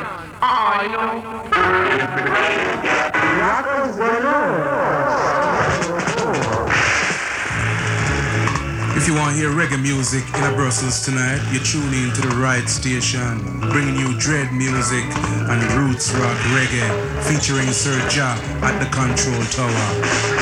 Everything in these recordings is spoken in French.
I know. If you want to hear reggae music in Brussels tonight, you tune in to the right station, bringing you dread music and roots rock reggae, featuring Sir Ja at the Control Tower.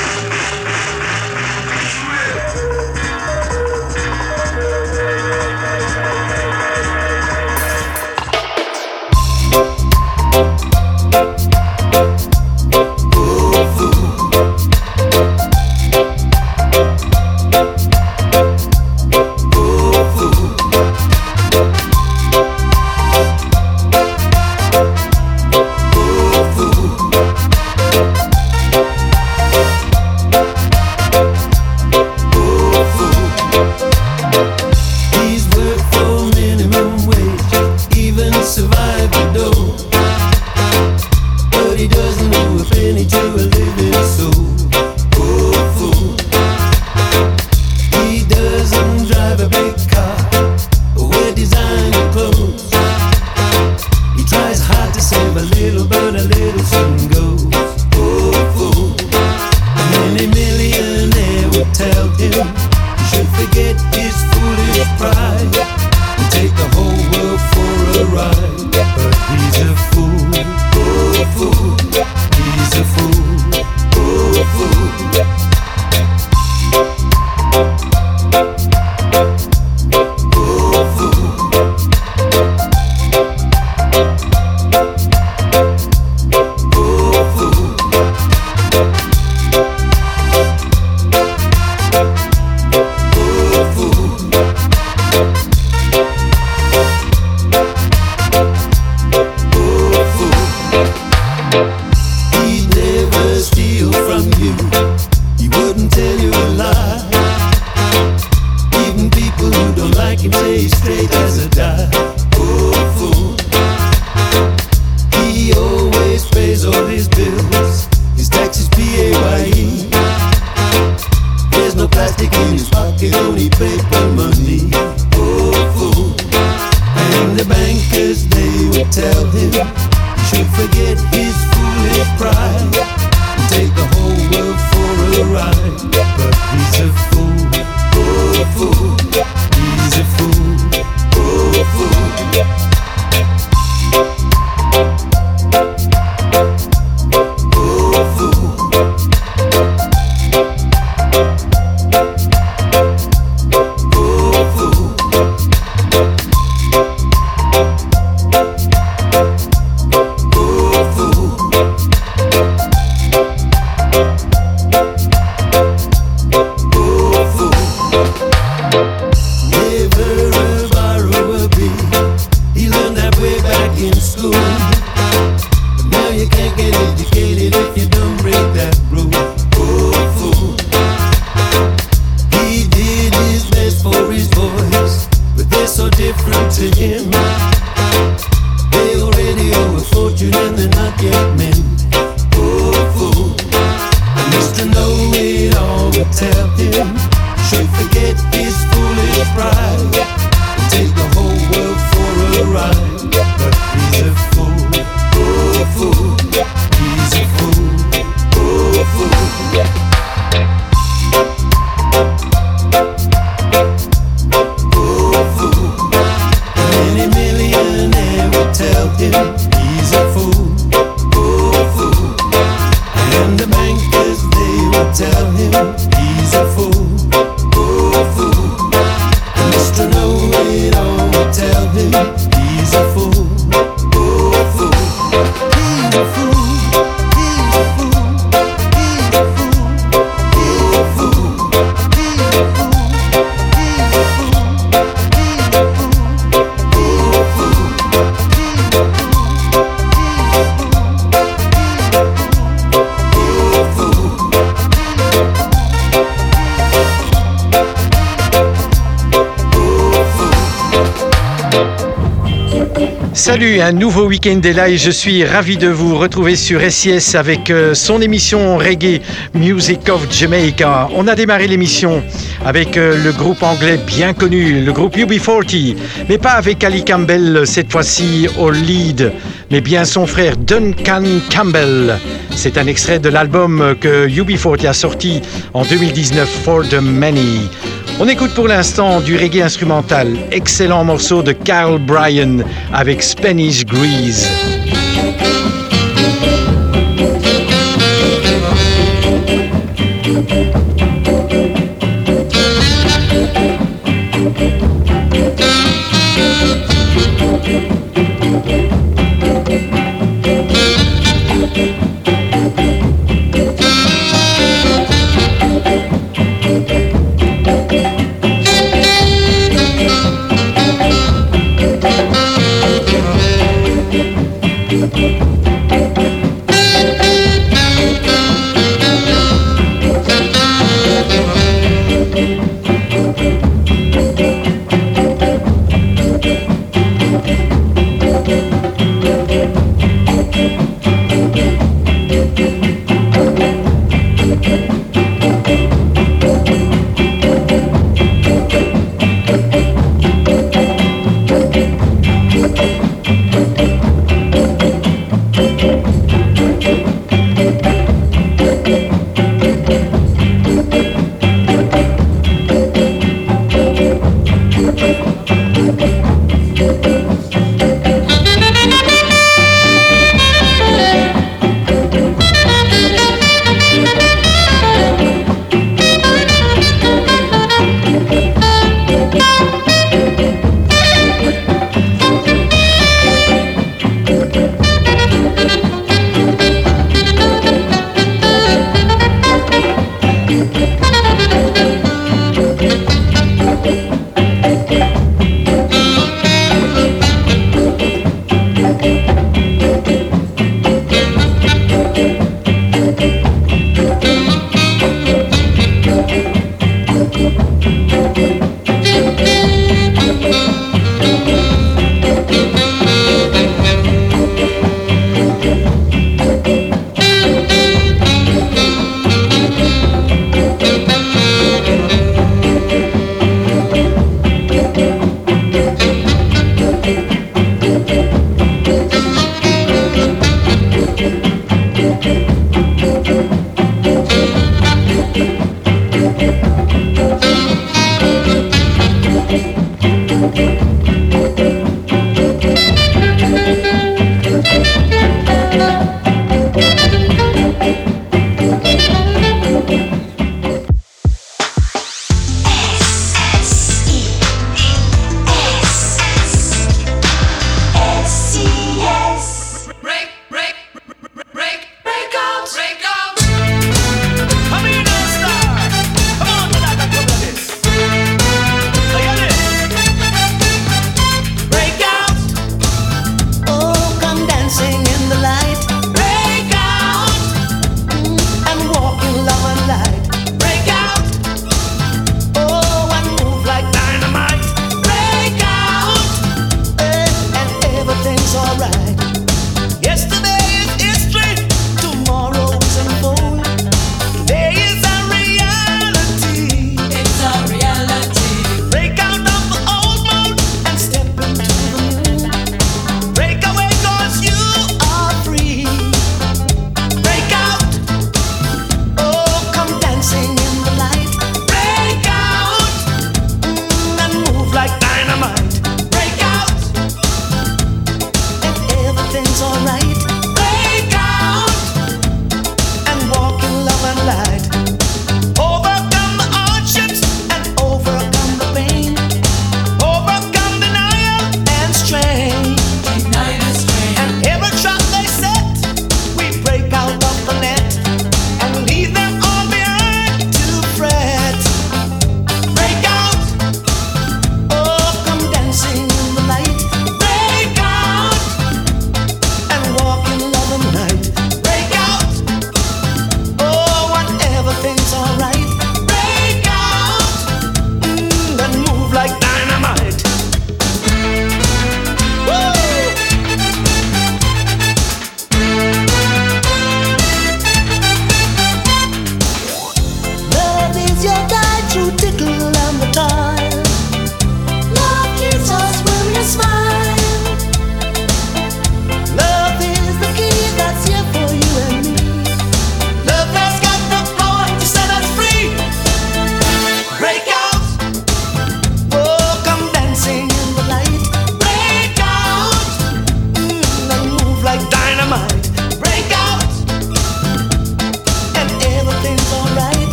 Salut, un nouveau week-end est là et je suis ravi de vous retrouver sur SIS avec son émission Reggae Music of Jamaica. On a démarré l'émission avec le groupe anglais bien connu, le groupe UB40, mais pas avec Ali Campbell cette fois-ci au lead, mais bien son frère Duncan Campbell. C'est un extrait de l'album que UB40 a sorti en 2019, For the Many. On écoute pour l'instant du reggae instrumental, excellent morceau de Carl Bryan avec Spanish Grease.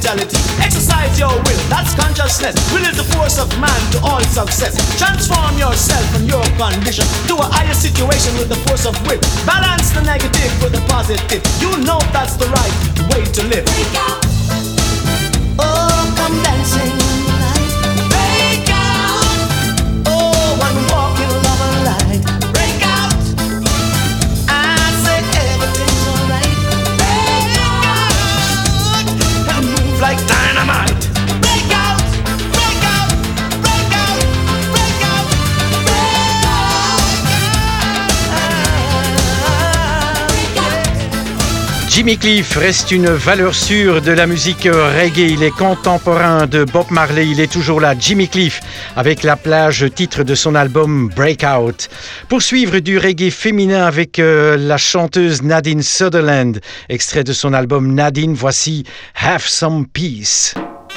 mentality. Exercise your will, that's consciousness. Will is the force of man to all success. Transform yourself from your condition to a higher situation with the force of will. Balance the negative with the positive. You know that's the right way to live. Break out. Oh, come dancing light. Break out. Oh, one walk in love and light. Break out. I say everything's alright. Break out. And move like dynamite. Break out. Break out. Break out. Break out. Break out. Jimmy Cliff reste une valeur sûre de la musique reggae. Il est contemporain de Bob Marley. Il est toujours là, Jimmy Cliff, avec La Plage, titre de son album Breakout. Pour suivre du reggae féminin avec la chanteuse Nadine Sutherland, extrait de son album Nadine, voici Have Some Peace.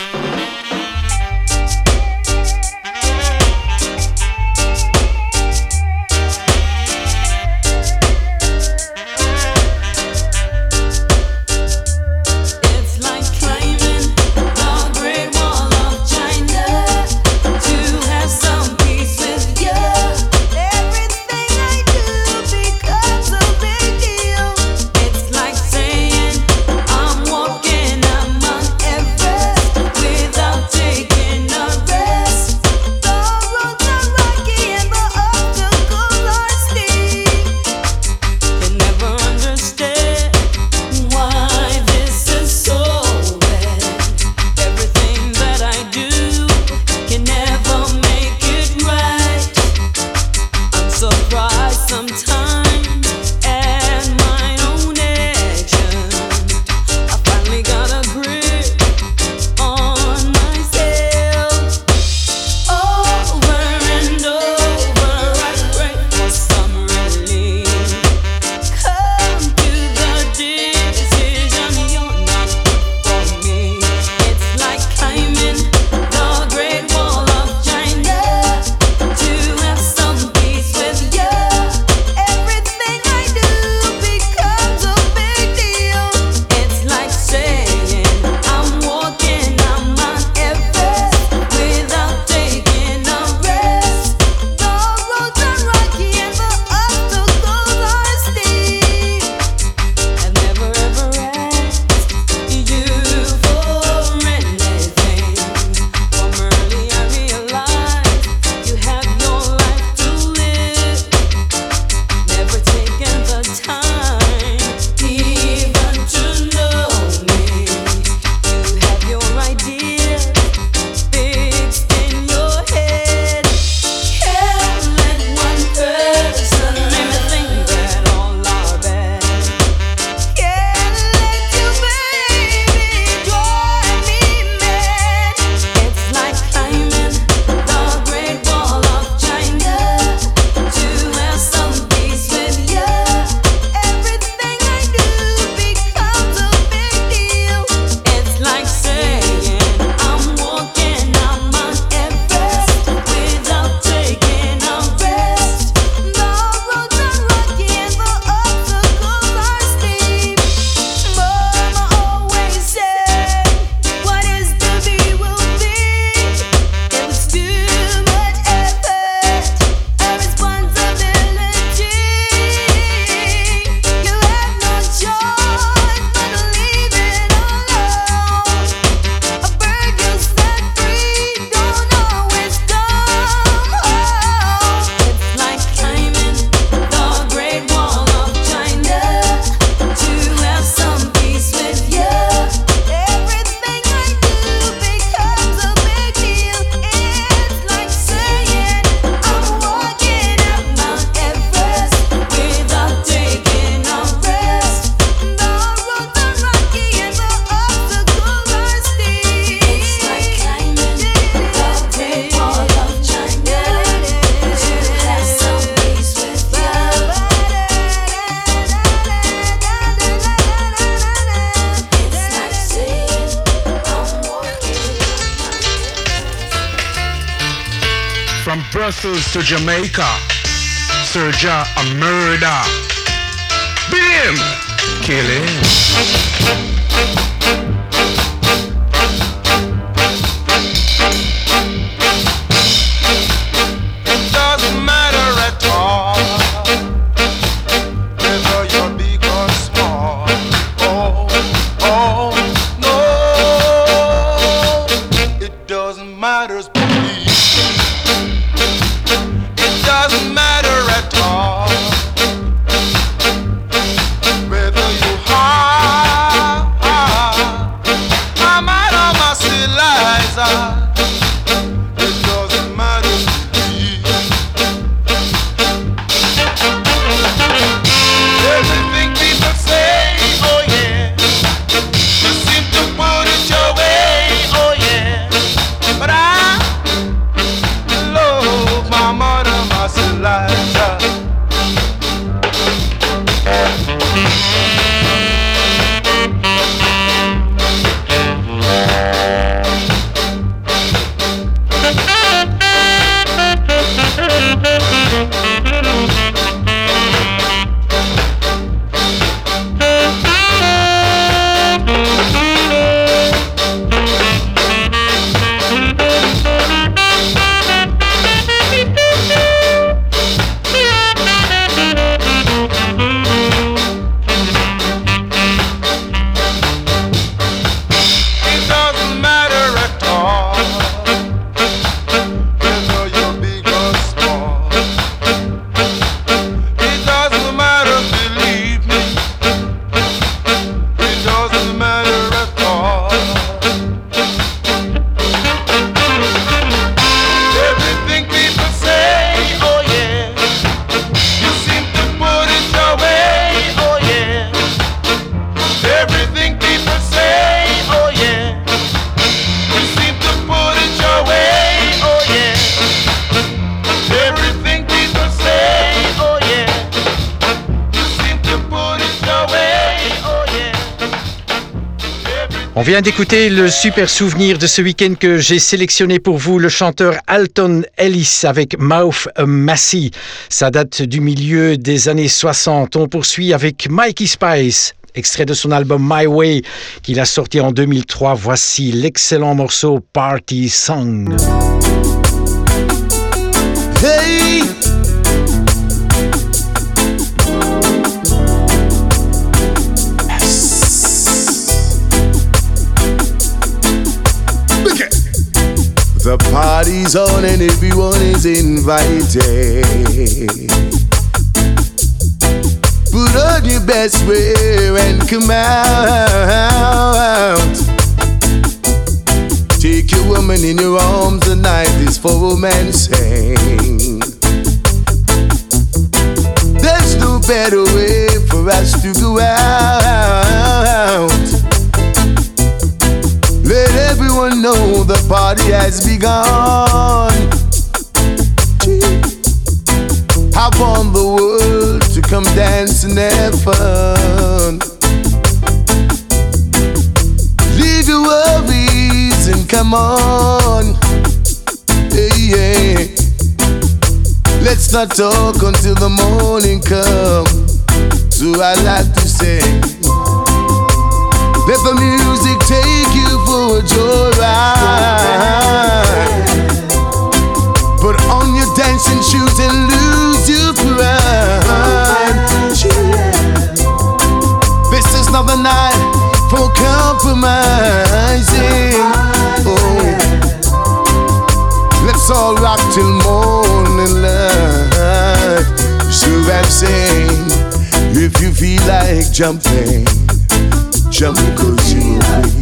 From Brussels to Jamaica, Serja a murder. Bim! Kill him. On vient d'écouter le super souvenir de ce week-end que j'ai sélectionné pour vous, le chanteur Alton Ellis avec Mouth Massey. Ça date du milieu des années 60. On poursuit avec Mikey Spice, extrait de son album My Way qu'il a sorti en 2003. Voici l'excellent morceau Party Song. Hey! The party's on and everyone is invited. Put on your best wear and come out. Take your woman in your arms, the night is for romancing. There's no better way for us to go out. Let everyone know the party has begun. I want the world to come dance and have fun. Leave your worries and come on. Hey, yeah. Let's not talk until the morning comes. So I like to say, let the music take you for a joyride. Put on your dancing shoes and lose your pride. This is not the night for compromising. Oh, let's all rock till morning light. So I'm saying, if you feel like jumping, jump cause you will be.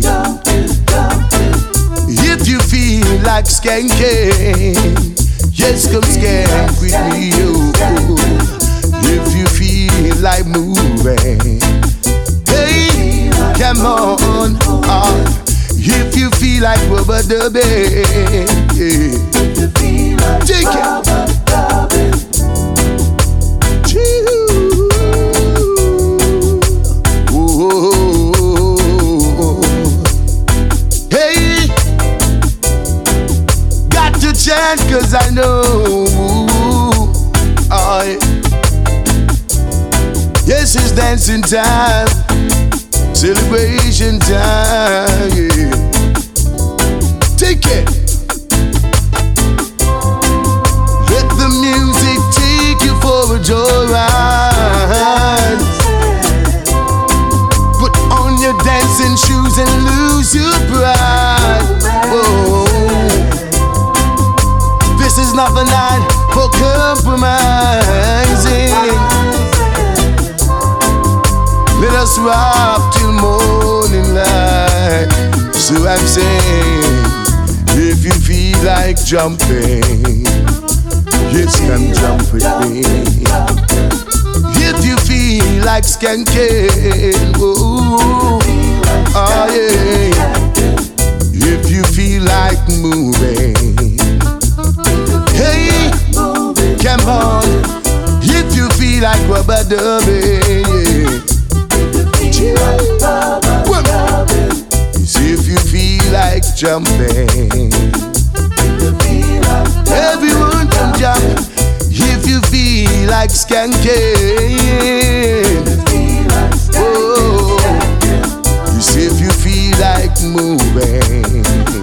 If you feel like skanking, yes, come skank with me, oh. If you feel like moving, hey, come on, if you feel like rubber-dubbing, yeah. Take it. Chant cause I know yes, it's dancing time, celebration time, yeah. Take it. Let the music take you for a joyride. Put on your dancing shoes and lose your pride. Oh, this is not the night for compromising. Let us rock till morning light. So I'm saying, if you feel like jumping, yes, come jump with me. If you feel like skanking, oh, oh yeah. If you feel like moving, hey, come on. If you feel like rubber-dubbing, yeah. See if you feel like jumping. Everyone can jump. If you feel like skanking, oh. You see if you feel like moving.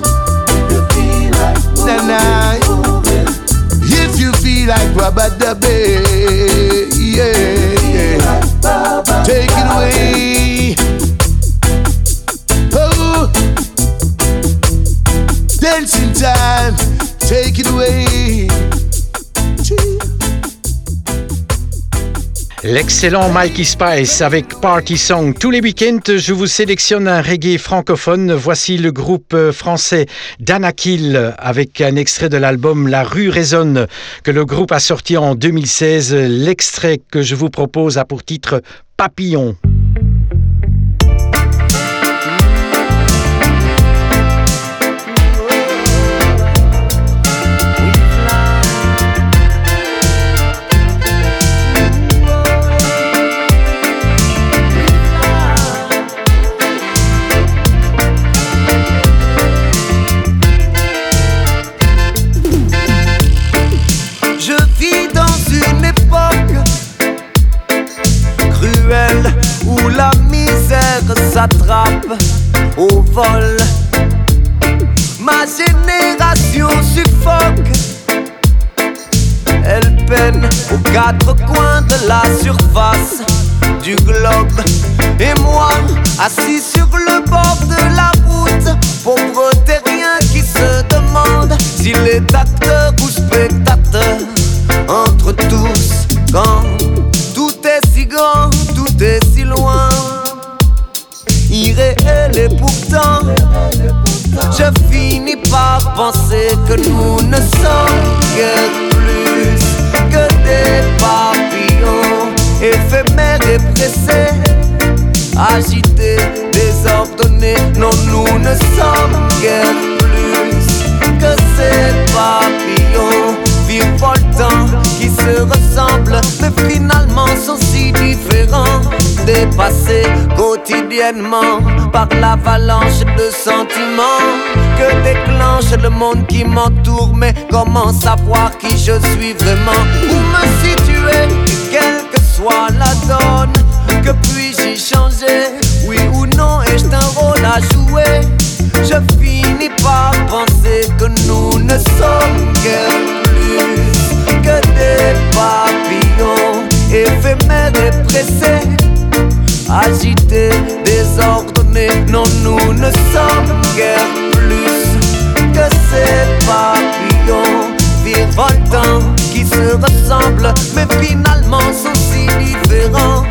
Nah. If you feel like rubber-dubbing, yeah. Take it away. Oh, dancing time. Take it away. L'excellent Mikey Spice avec Party Song. Tous les week-ends, je vous sélectionne un reggae francophone. Voici le groupe français Danakil avec un extrait de l'album La Rue résonne que le groupe a sorti en 2016. L'extrait que je vous propose a pour titre Papillon. folle. Ma génération suffoque. Elle peine aux quatre coins de la surface du globe. Et moi, assis sur le bord de la route, pauvre terrien qui se demande s'il est acteur ou spectateur. Entre tous, quand tout est si grand, tout est si loin, irréel et pourtant, je finis par penser que nous ne sommes guère plus que des papillons éphémères et pressés, agités, désordonnés. Non, nous ne sommes guère plus que ces papillons virevoltants qui se ressemblent mais finalement sont si différents, dépassés quotidiennement par l'avalanche de sentiments que déclenche le monde qui m'entoure. Mais comment savoir qui je suis vraiment? Où me situer, quelle que soit la donne? Que puis-je y changer? Oui ou non, ai-je un rôle à jouer? Je finis par penser que nous ne sommes guère plus que des papillons éphémères et pressés, agités, désordonnés. Non, nous ne sommes guère plus que ces papillons virevoltants qui se ressemblent mais finalement sont si différents.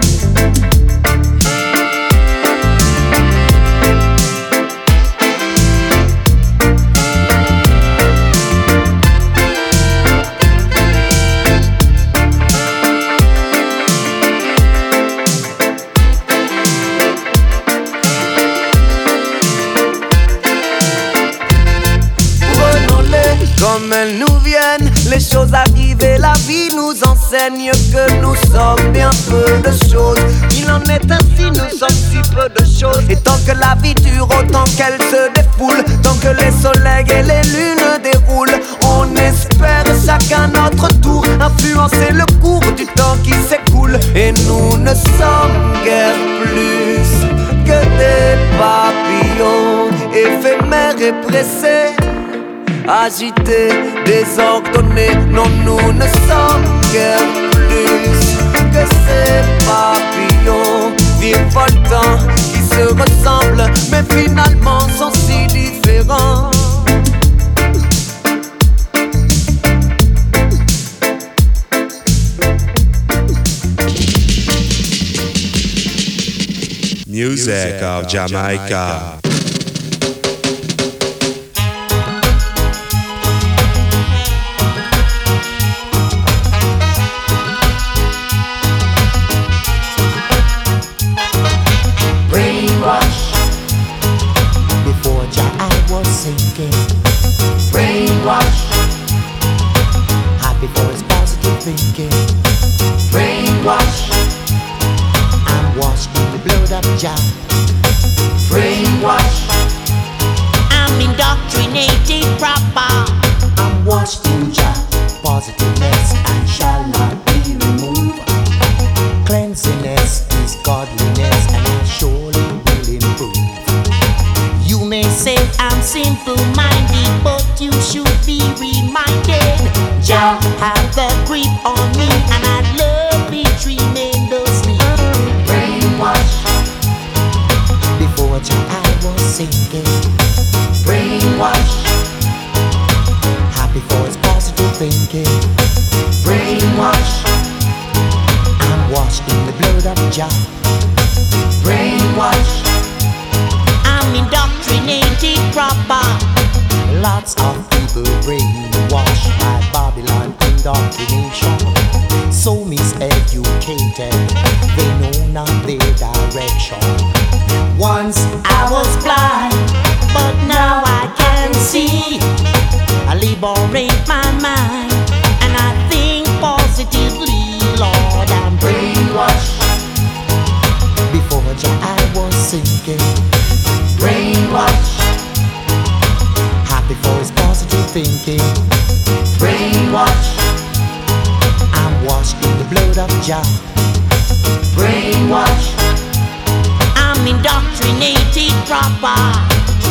Comme elles nous viennent, les choses arrivent et la vie nous enseigne que nous sommes bien peu de choses. Il en est ainsi, nous sommes si peu de choses. Et tant que la vie dure, autant qu'elle se défoule, tant que les soleils et les lunes déroulent, on espère chacun notre tour influencer le cours du temps qui s'écoule. Et nous ne sommes guère plus que des papillons éphémères et pressés, agités, désordonnés. Non, nous ne sommes guère plus que ces papillons virevoltants qui se ressemblent mais finalement sont si différents. Music of Jamaica. Brainwash, happy for his positive thinking. Brainwash, I'm washed in the blood of Jah. Brainwash, I'm indoctrinated proper. I'm washed in Jah, positiveness and shall not be removed. Cleanliness is godliness and I surely will improve. You may say I'm simple-minded, but you should be reminded Jah have the grip on me and I love it tremendously. Brainwash, before Jah I was sinking. Brainwash, happy for his positive thinking. Brainwash, I'm washed in the blood of Jah. Brainwash, I'm indoctrinated proper. Lots of people brainwashed by Babylon indoctrination. So miseducated, they know not their direction. Once I was blind, but now I can see. I liberate my mind and I think positively. Lord, I'm brainwashed. Before Jah I was sinking. Brainwash, happy for his positive thinking. Brainwash, I'm washed in the blood of Jah. Brainwash, I'm indoctrinated proper.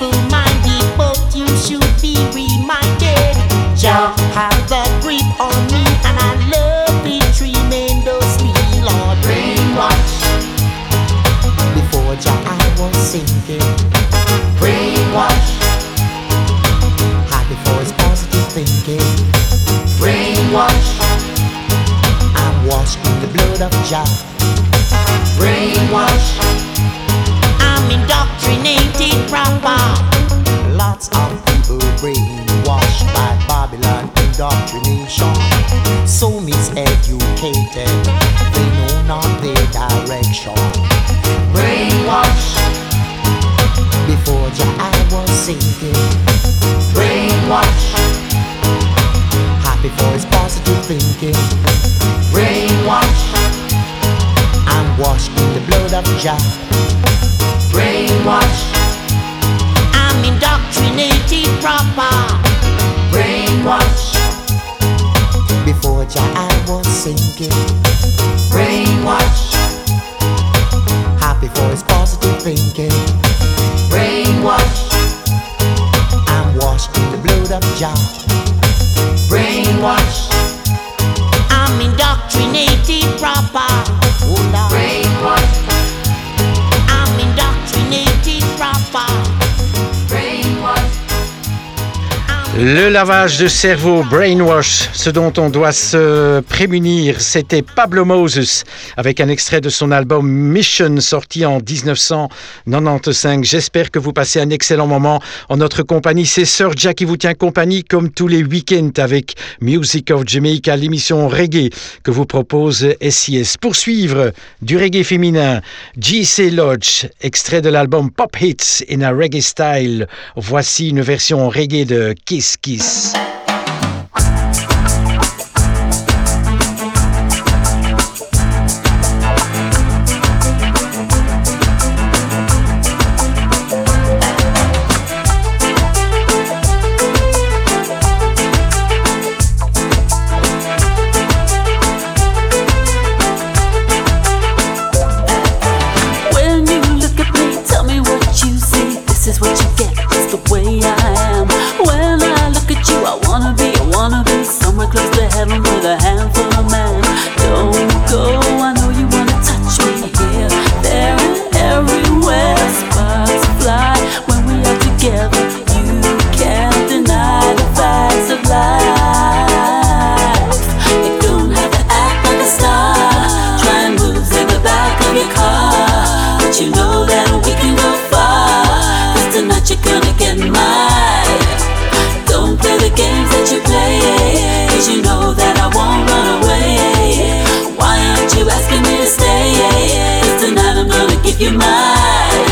simple-minded, but you should be reminded. Jah have a grip on me, and I love it tremendously. Lord, brainwash. Before Jah I was sinking. Brainwash. Hard before it's positive thinking. Brainwash. I'm washed in the blood of Jah. Brainwash. I'm indoctrinated proper. Lots of people brainwashed by Babylon indoctrination. So miseducated, they know not their direction. Brainwash. Before Jah I was sinking. Brainwash. Happy for his positive thinking. Brainwash. I'm washed in the blood of Jah. Brainwash. I'm indoctrinated proper. Brainwash. Before Jah I was sinking. Brainwash. Happy for his positive thinking. Brainwash. I'm washed in the blood of Jah. Brainwash. I'm indoctrinated proper. Brainwash. I'm indoctrinated proper. Brainwash. Le lavage de cerveau, brainwash, ce dont on doit se prémunir, c'était Pablo Moses avec un extrait de son album Mission sorti en 1995. J'espère que vous passez un excellent moment en notre compagnie. C'est Sir Jah qui vous tient compagnie comme tous les week-ends avec Music of Jamaica, l'émission reggae que vous propose SIS. Pour suivre du reggae féminin, G.C. Lodge, extrait de l'album Pop Hits in a Reggae Style. Voici une version reggae de Kiss Kiss. When you look at me, tell me what you see. This is what you get, it's the way I am. When I look at you, I wanna be somewhere close to heaven with a handful of man. Don't go, I know you wanna touch me here, there, and everywhere. Sparks fly when we are together. You can't deny the facts of life. You don't have to act like a star, trying moves in the back of your car, but you know that we can go far. 'Cause tonight you're gonna get mine. Don't play the games that you play, 'cause you know that I won't run away. Why aren't you asking me to stay? 'Cause tonight I'm gonna give you mine.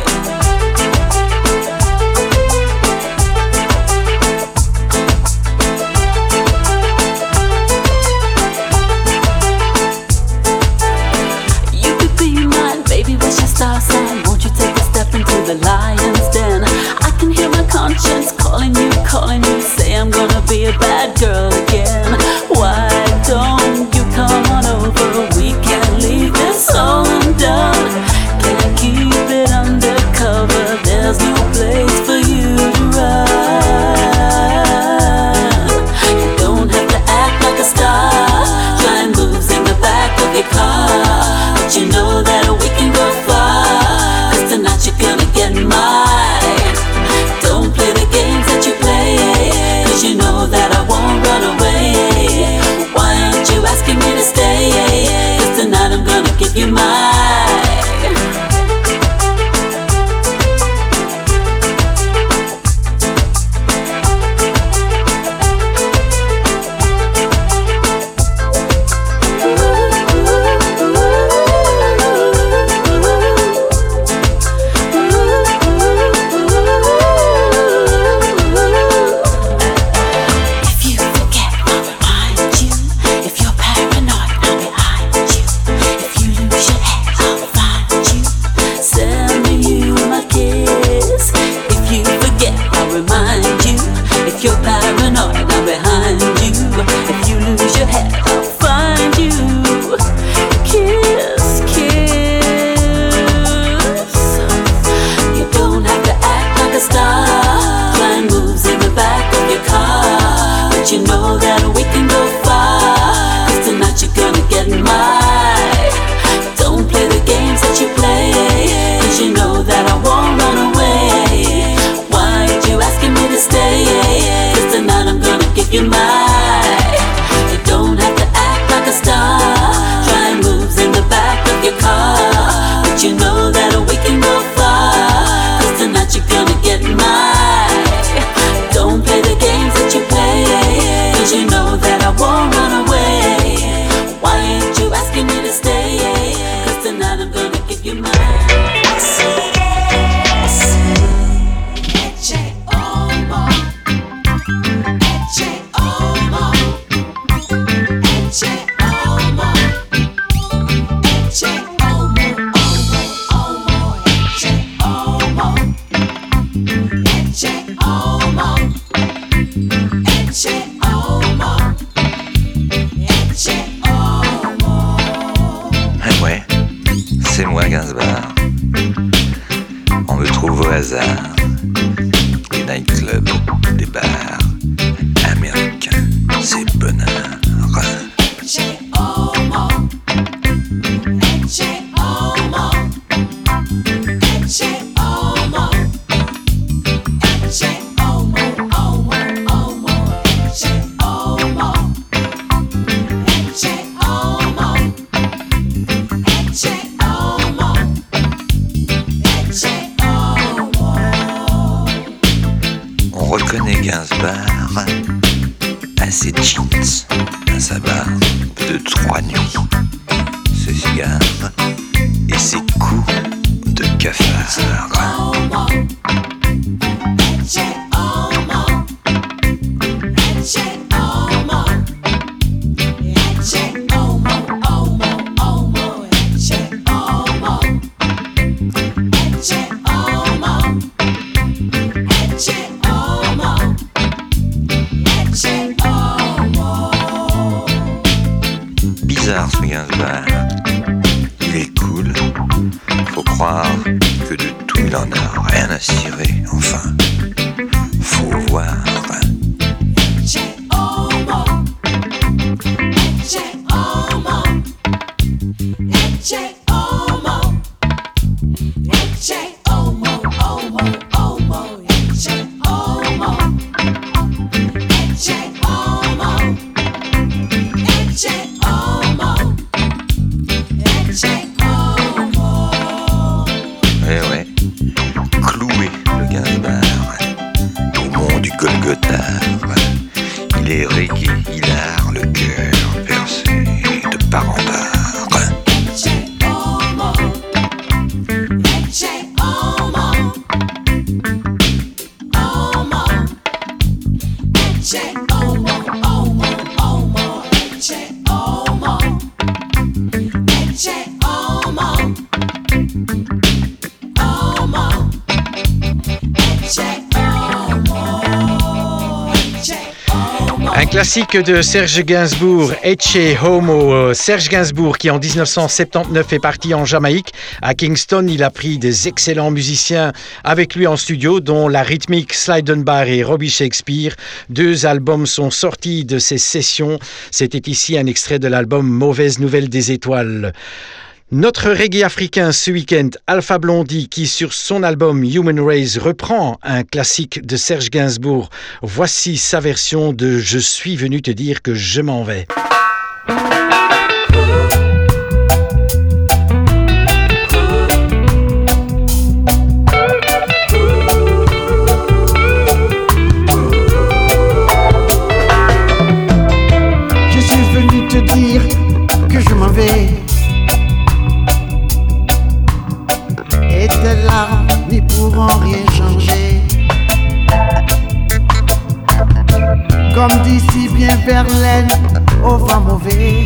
You could be mine, baby, what's your star sign? Won't you take a step into the lion's den? I can hear my conscience calling you, say I'm gonna be a bad girl again. Why don't you come on over? We can't leave this all undone. Can't keep Ouais, c'est moi Gainsbourg. On me trouve au hasard. Des nightclubs, des bars américains, c'est bonheur. On reconnaît Gainsbourg à ses jeans, à sa barbe de 3 nuits, ses cigares et ses coups de cafard. Bizarre ce Gainsbourg, il est cool, faut croire que de tout il en a rien à cirer, enfin, faut voir. Ouais, cloué le Gainsbourg au mont du Golgotha. Il est reggae, il a le cœur percé de part en part. Un classique de Serge Gainsbourg, Etche Homo. Serge Gainsbourg qui en 1979 est parti en Jamaïque. À Kingston, il a pris des excellents musiciens avec lui en studio, dont la rythmique Slyden-Barr et Robbie Shakespeare. 2 albums sont sortis de ces sessions. C'était ici un extrait de l'album Mauvaise Nouvelle des Étoiles. Notre reggae africain ce week-end, Alpha Blondy, qui sur son album Human Race reprend un classique de Serge Gainsbourg. Voici sa version de Je suis venu te dire que je m'en vais. Je suis venu te dire que je m'en vais. Et tes larmes n'y pourront rien changer. Comme dit si bien Verlaine au vent mauvais.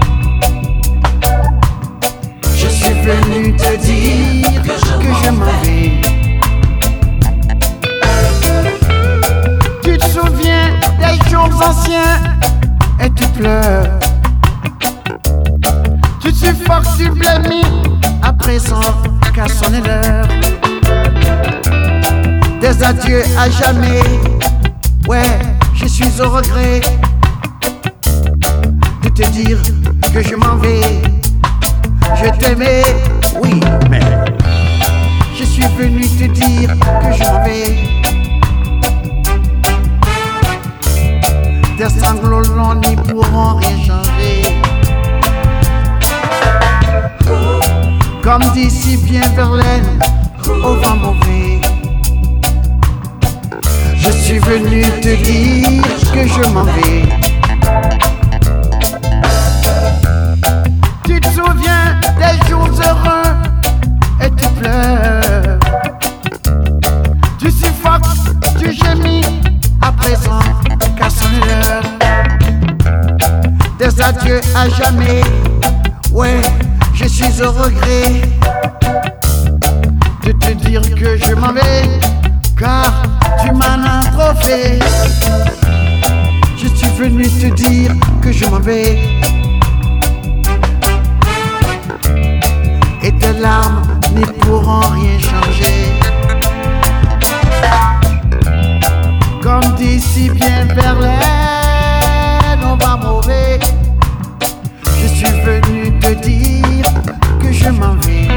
Je suis venu te dire que je m'en vais. Tu te souviens des jours anciens et tu pleures. Tu suffoques, tu blêmis à présent qu'à sonner l'heure. Des adieux à jamais. Ouais, je suis au regret de te dire que je m'en vais. Je t'aimais, oui, mais je suis venu te dire que je m'en vais. Tes sanglots longs n'y pourront rien changer. Comme dit si bien Verlaine au vent mauvais. Je suis venu te dire que je m'en vais. Tu te souviens des jours heureux et tu pleures. Tu suffoques, tu gémis à présent qu'à sonner l'heure. Des adieux à jamais. Ouais, je suis au regret de te dire que je m'en vais, car vais. Je suis venu te dire que je m'en vais. Et tes larmes n'y pourront rien changer. Comme d'ici bien Verlaine, on va mourir. Je suis venu te dire que je m'en vais.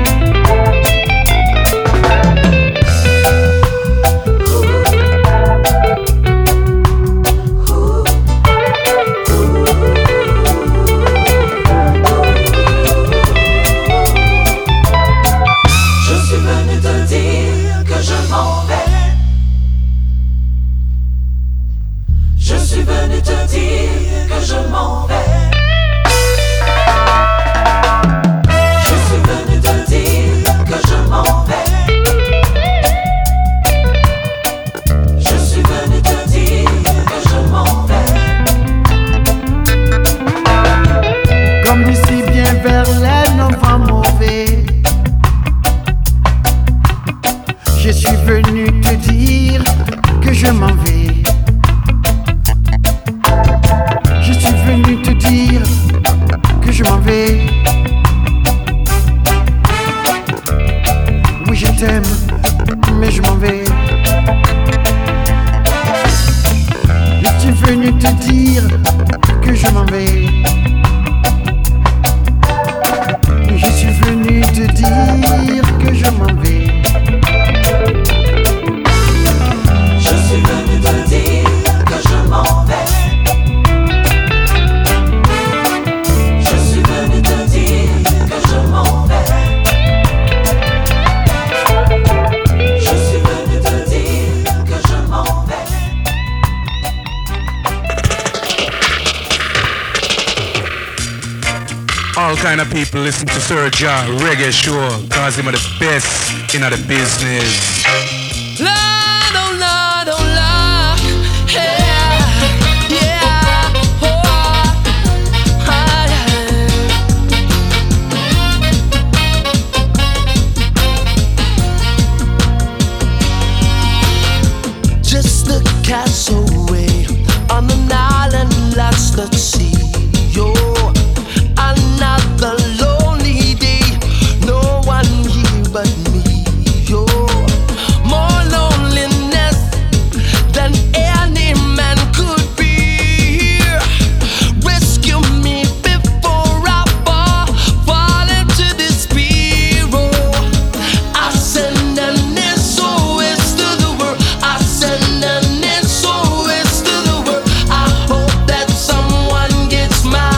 People listen to Sir Jah Reggae Show, cause him are the best in the business. Lord, oh Lord, oh Lord, yeah, yeah, oh, yeah. Just a castaway on an island lost at sea, yo. Another lonely day, no one here but me, yo. More loneliness than any man could be. Rescue me before I fall into despair. I send an SOS to the world. I send an SOS to the world. I hope that someone gets my.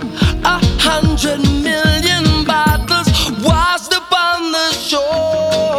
$100 million bottles washed upon the shore.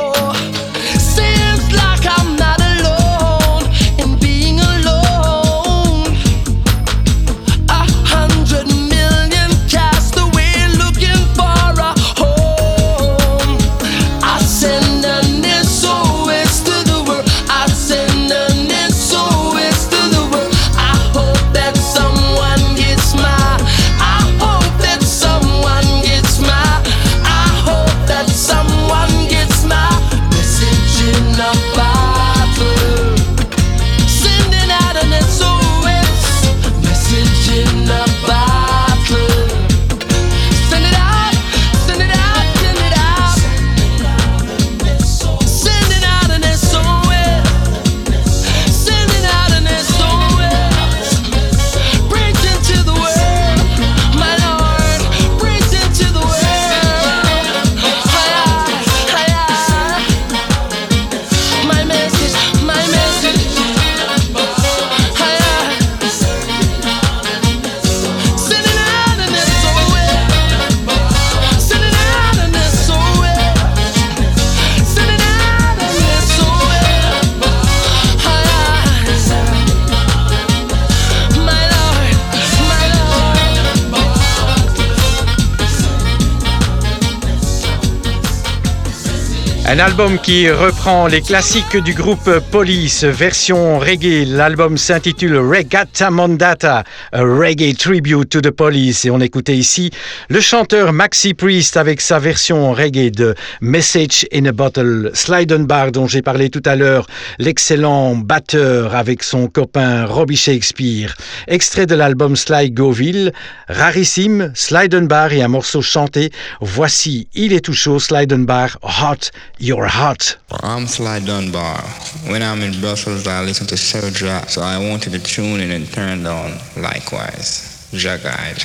Un album qui reprend les classiques du groupe Police, version reggae. L'album s'intitule Regatta Mondata, a reggae tribute to the Police. Et on écoutait ici le chanteur Maxi Priest avec sa version reggae de Message in a Bottle. Slide & Bar, dont j'ai parlé tout à l'heure, l'excellent batteur avec son copain Robbie Shakespeare. Extrait de l'album Sly Goville, rarissime, Slide & Bar et un morceau chanté. Voici, il est tout chaud, Slide & Bar, Hot. You're hot. I'm Sly Dunbar. When I'm in Brussels, I listen to Sir Drop, so I wanted to tune in and turn on likewise. Jug-eyed.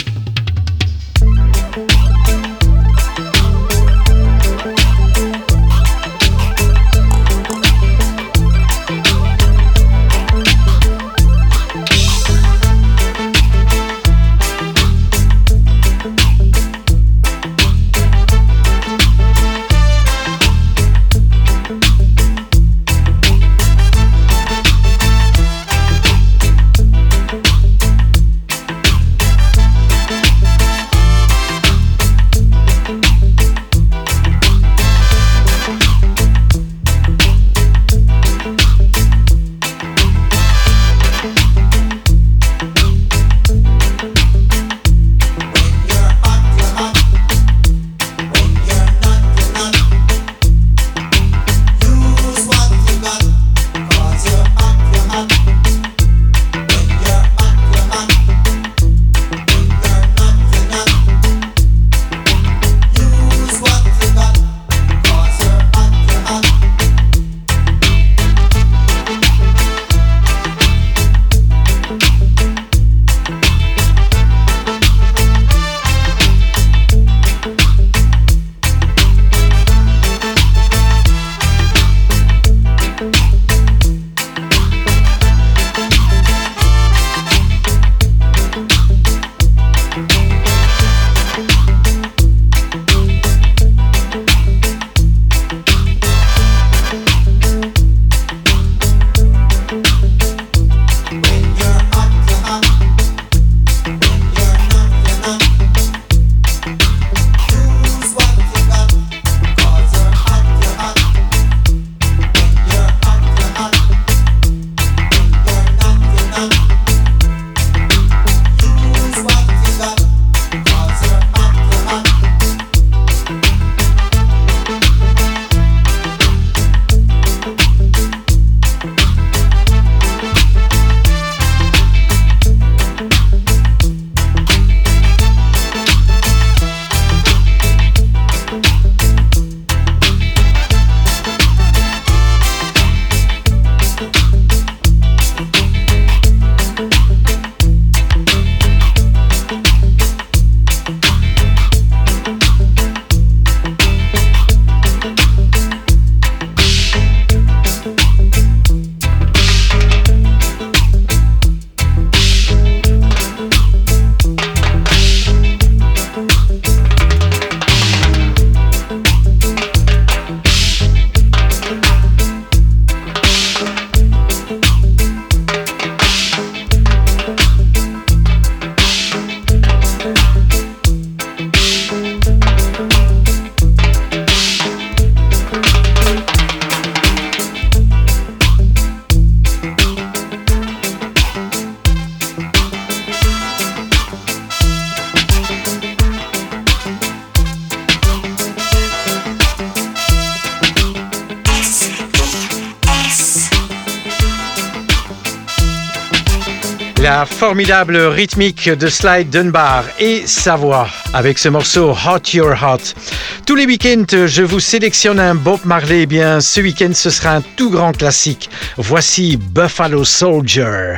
La formidable rythmique de Sly Dunbar et sa voix avec ce morceau Hot You're Hot. Tous les week-ends, je vous sélectionne un Bob Marley. Eh bien, ce week-end, ce sera un tout grand classique. Voici Buffalo Soldier.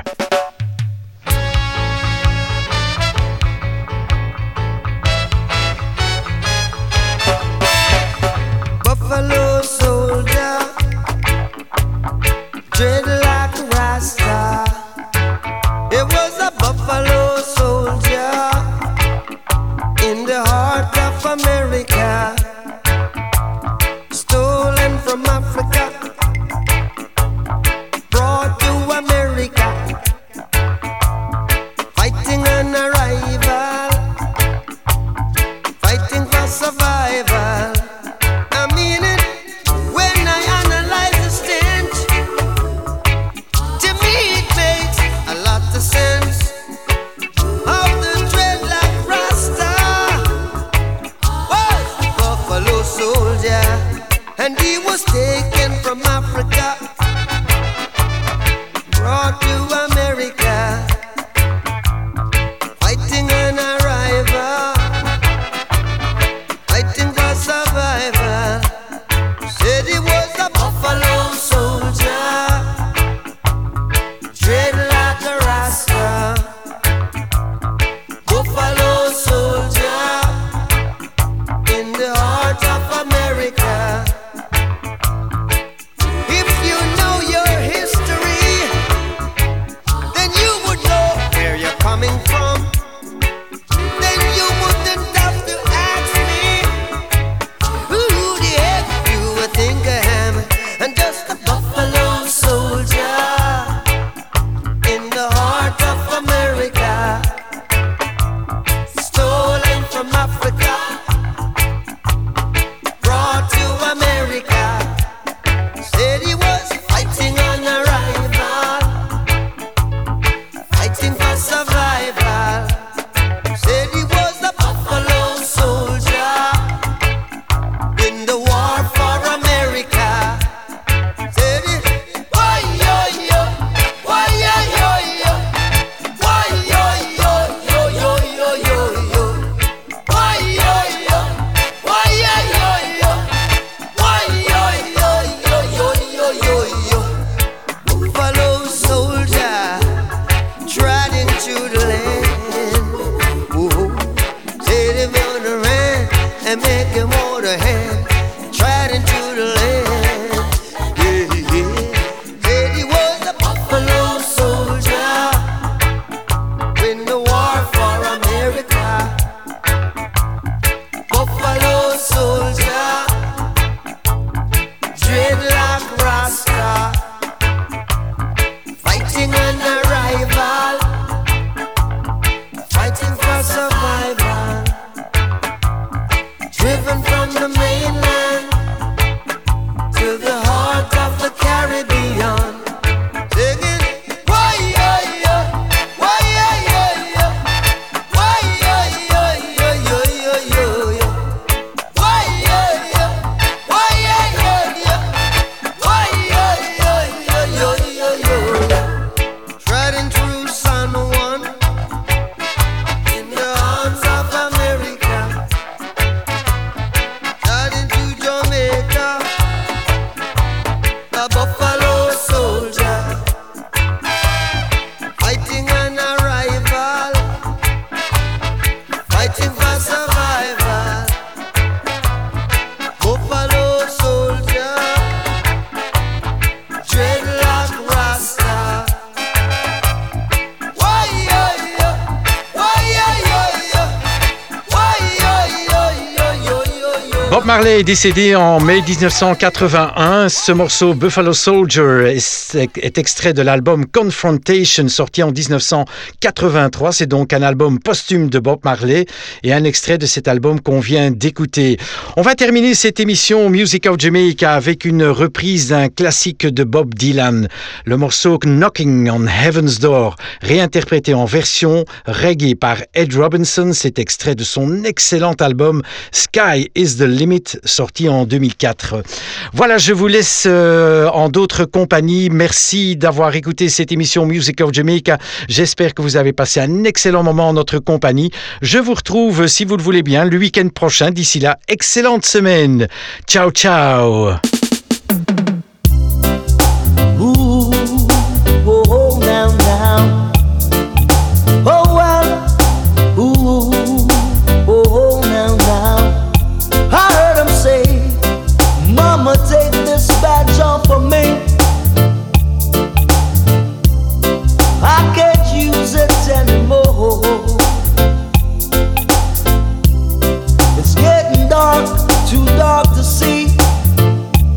Buffalo soldier, dread like a Rasta. It was a buffalo soldier in the heart of America, stolen from Africa, brought to America. and he was taken from Africa, brought to America, fighting an arrival, fighting for survival. Said he was a buffalo soldier, dread like a rasta, buffalo soldier in the heart of America. If you know your history, then you would know where you're coming from. Then you wouldn't have to ask me who the heck you would think I am. I'm just a buffalo soldier in the heart of America, stolen from Africa, brought to America. Said he was fighting on arrival, fighting for survival. Said he was a buffalo soldier in the war for America. Said he, why yo yo, why yo yo yo, why yo yo yo yo yo yo yo, why yo yo, why yo yo yo, why yo yo yo yo yo yo yo. Buffalo soldier trod into the land. Whoa. Said if you're the ran and make him hold a hand, trod into the land. Yeah, yeah. Said he was a buffalo soldier in the war for America. Buffalo soldier, dreadlock rasta, fighting an arrival, fighting for survival, driven from the mainland to the heart of the Caribbean, singing, why yo yo, why yo yo yo, why yo yo yo yo yo yo yo, why yo yo, why yo yo yo, why yo yo yo yo yo yo yo. Treading through San Juan in the arms of America, treading through Jamaica, a buffalo soldier, fighting an arrival, fighting for survival. Buffalo soldier, dreadlock rasta. Why yo yo, why yo yo yo, why yo yo yo yo yo yo. Bob Marley est décédé en mai 1981. Ce morceau Buffalo Soldier est extrait de l'album Confrontation sorti en 1983. C'est donc un album posthume de Bob Marley et un extrait de cet album qu'on vient d'écouter. On va terminer cette émission Music of Jamaica avec une reprise d'un classique de Bob Dylan. Le morceau Knocking on Heaven's Door, réinterprété en version reggae par Ed Robinson. C'est extrait de son excellent album Sky is the Limit, sorti en 2004. Voilà, je vous laisse en d'autres compagnies. Merci d'avoir écouté cette émission Music of Jamaica. J'espère que vous avez passé un excellent moment en notre compagnie. Je vous retrouve, si vous le voulez bien, le week-end prochain. D'ici là, excellente semaine. Ciao, ciao. Ooh, oh, oh, now, now. Oh, well. Ooh, oh, oh, now, now. I heard him say, Mama, take this badge off of me. I can't use it anymore. It's getting dark, too dark to see.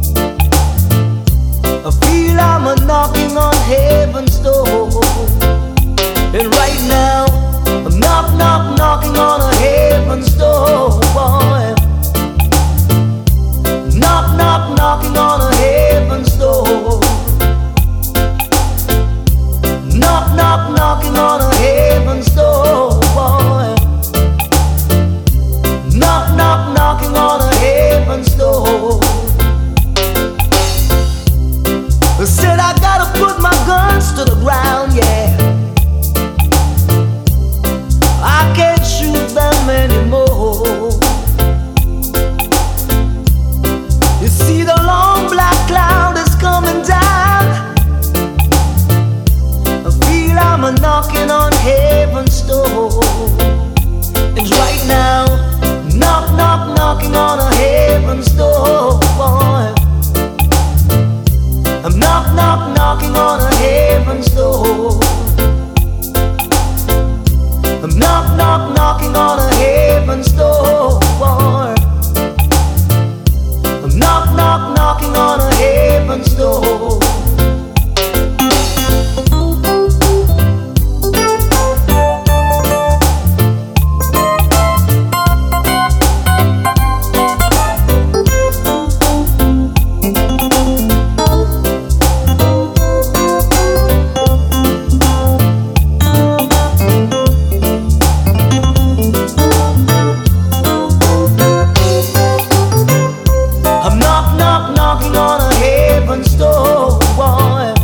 knock, knocking on a heaven's door, boy.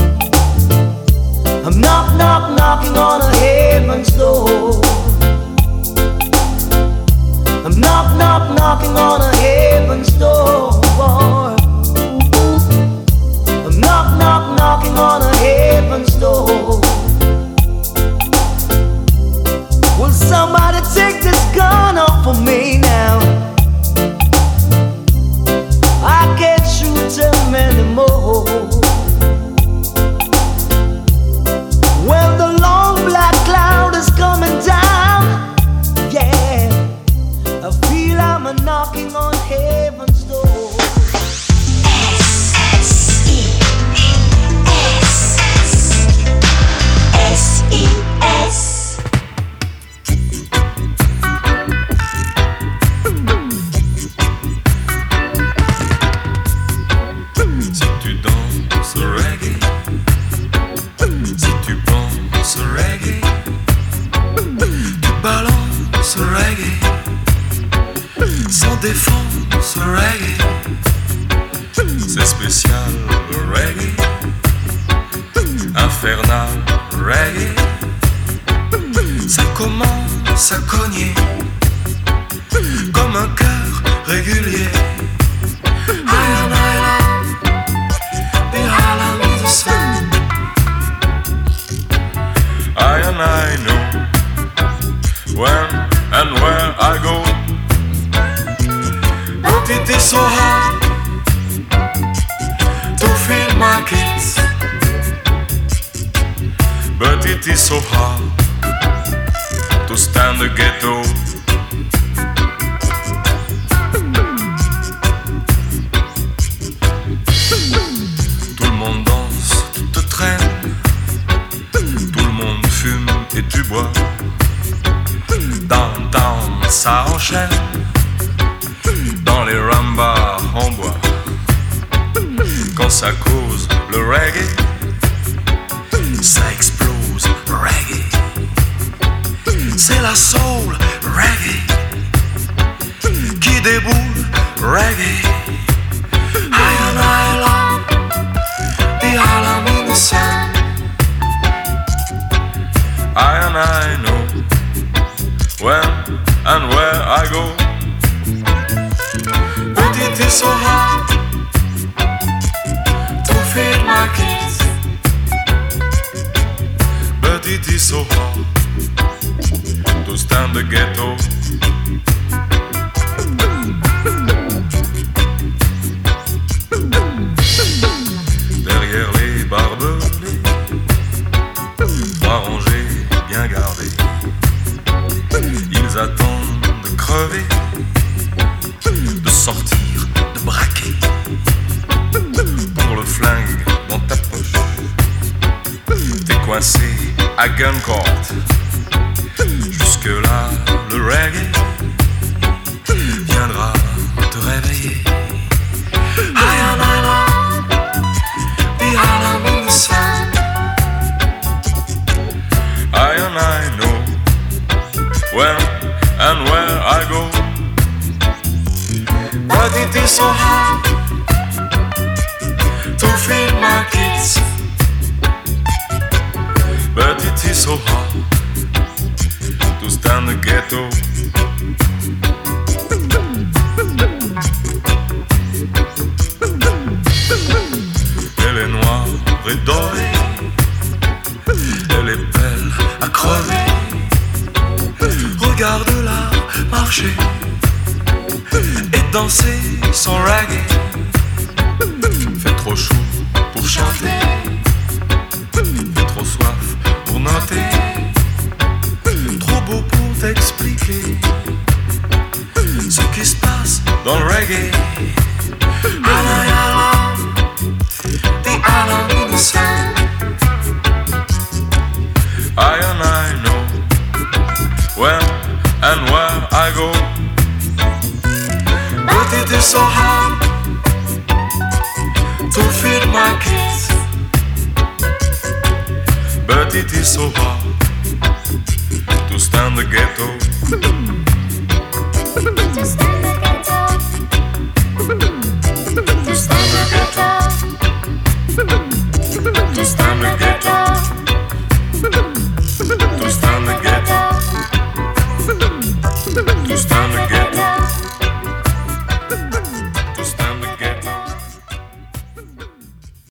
I'm knock, knock, knocking on a heaven's door. I'm knock, knock, knocking on a heaven's door, boy. I'm knock, knock, knocking on a heaven's door. Will somebody take this gun off of me now? I can't shoot him anymore. Well, the long black cloud is coming down. Yeah, I feel I'm a knocking on heaven's door. Sans défense, reggae, c'est spécial, reggae, infernal, reggae, ça commence à cogner, comme un cœur régulier. I love the Highland of the sun. I know when and where I go. But it is so hard to feel my kids. But it is so hard to stand the ghetto. Tout le monde danse, tout te traîne. Tout le monde fume et tu bois. Downtown, ça enchaîne. Dans les rambas en bois. Quand ça cause le reggae, ça explose reggae. C'est la soul reggae qui déboule reggae. I love the Harlem in the sun. I know when and where I go. But it is so hard to feed my kids. But it is so hard to stand the ghetto. Derrière les barbelés, trois rangées bien gardées, ils attendent de crever, de sortir, de braquer. Pour le flingue dans ta poche, t'es coincé à gun court. Jusque là, le reggae viendra te réveiller. I love the Harlem in the sun. I know when and where I go. But it is so hard to feed my kids. But it is so hard to stand the ghetto. Elle est noire et dorée, elle est belle à crever. Regarde-la marcher et danser son reggae. Fait trop chaud pour chanter, fait trop soif pour noter, trop beau pour t'expliquer ce qui se passe dans le reggae. I love the island in the sun. I know when and where I go. But it is so hard to feed my kids. But it is so hard to stand the ghetto.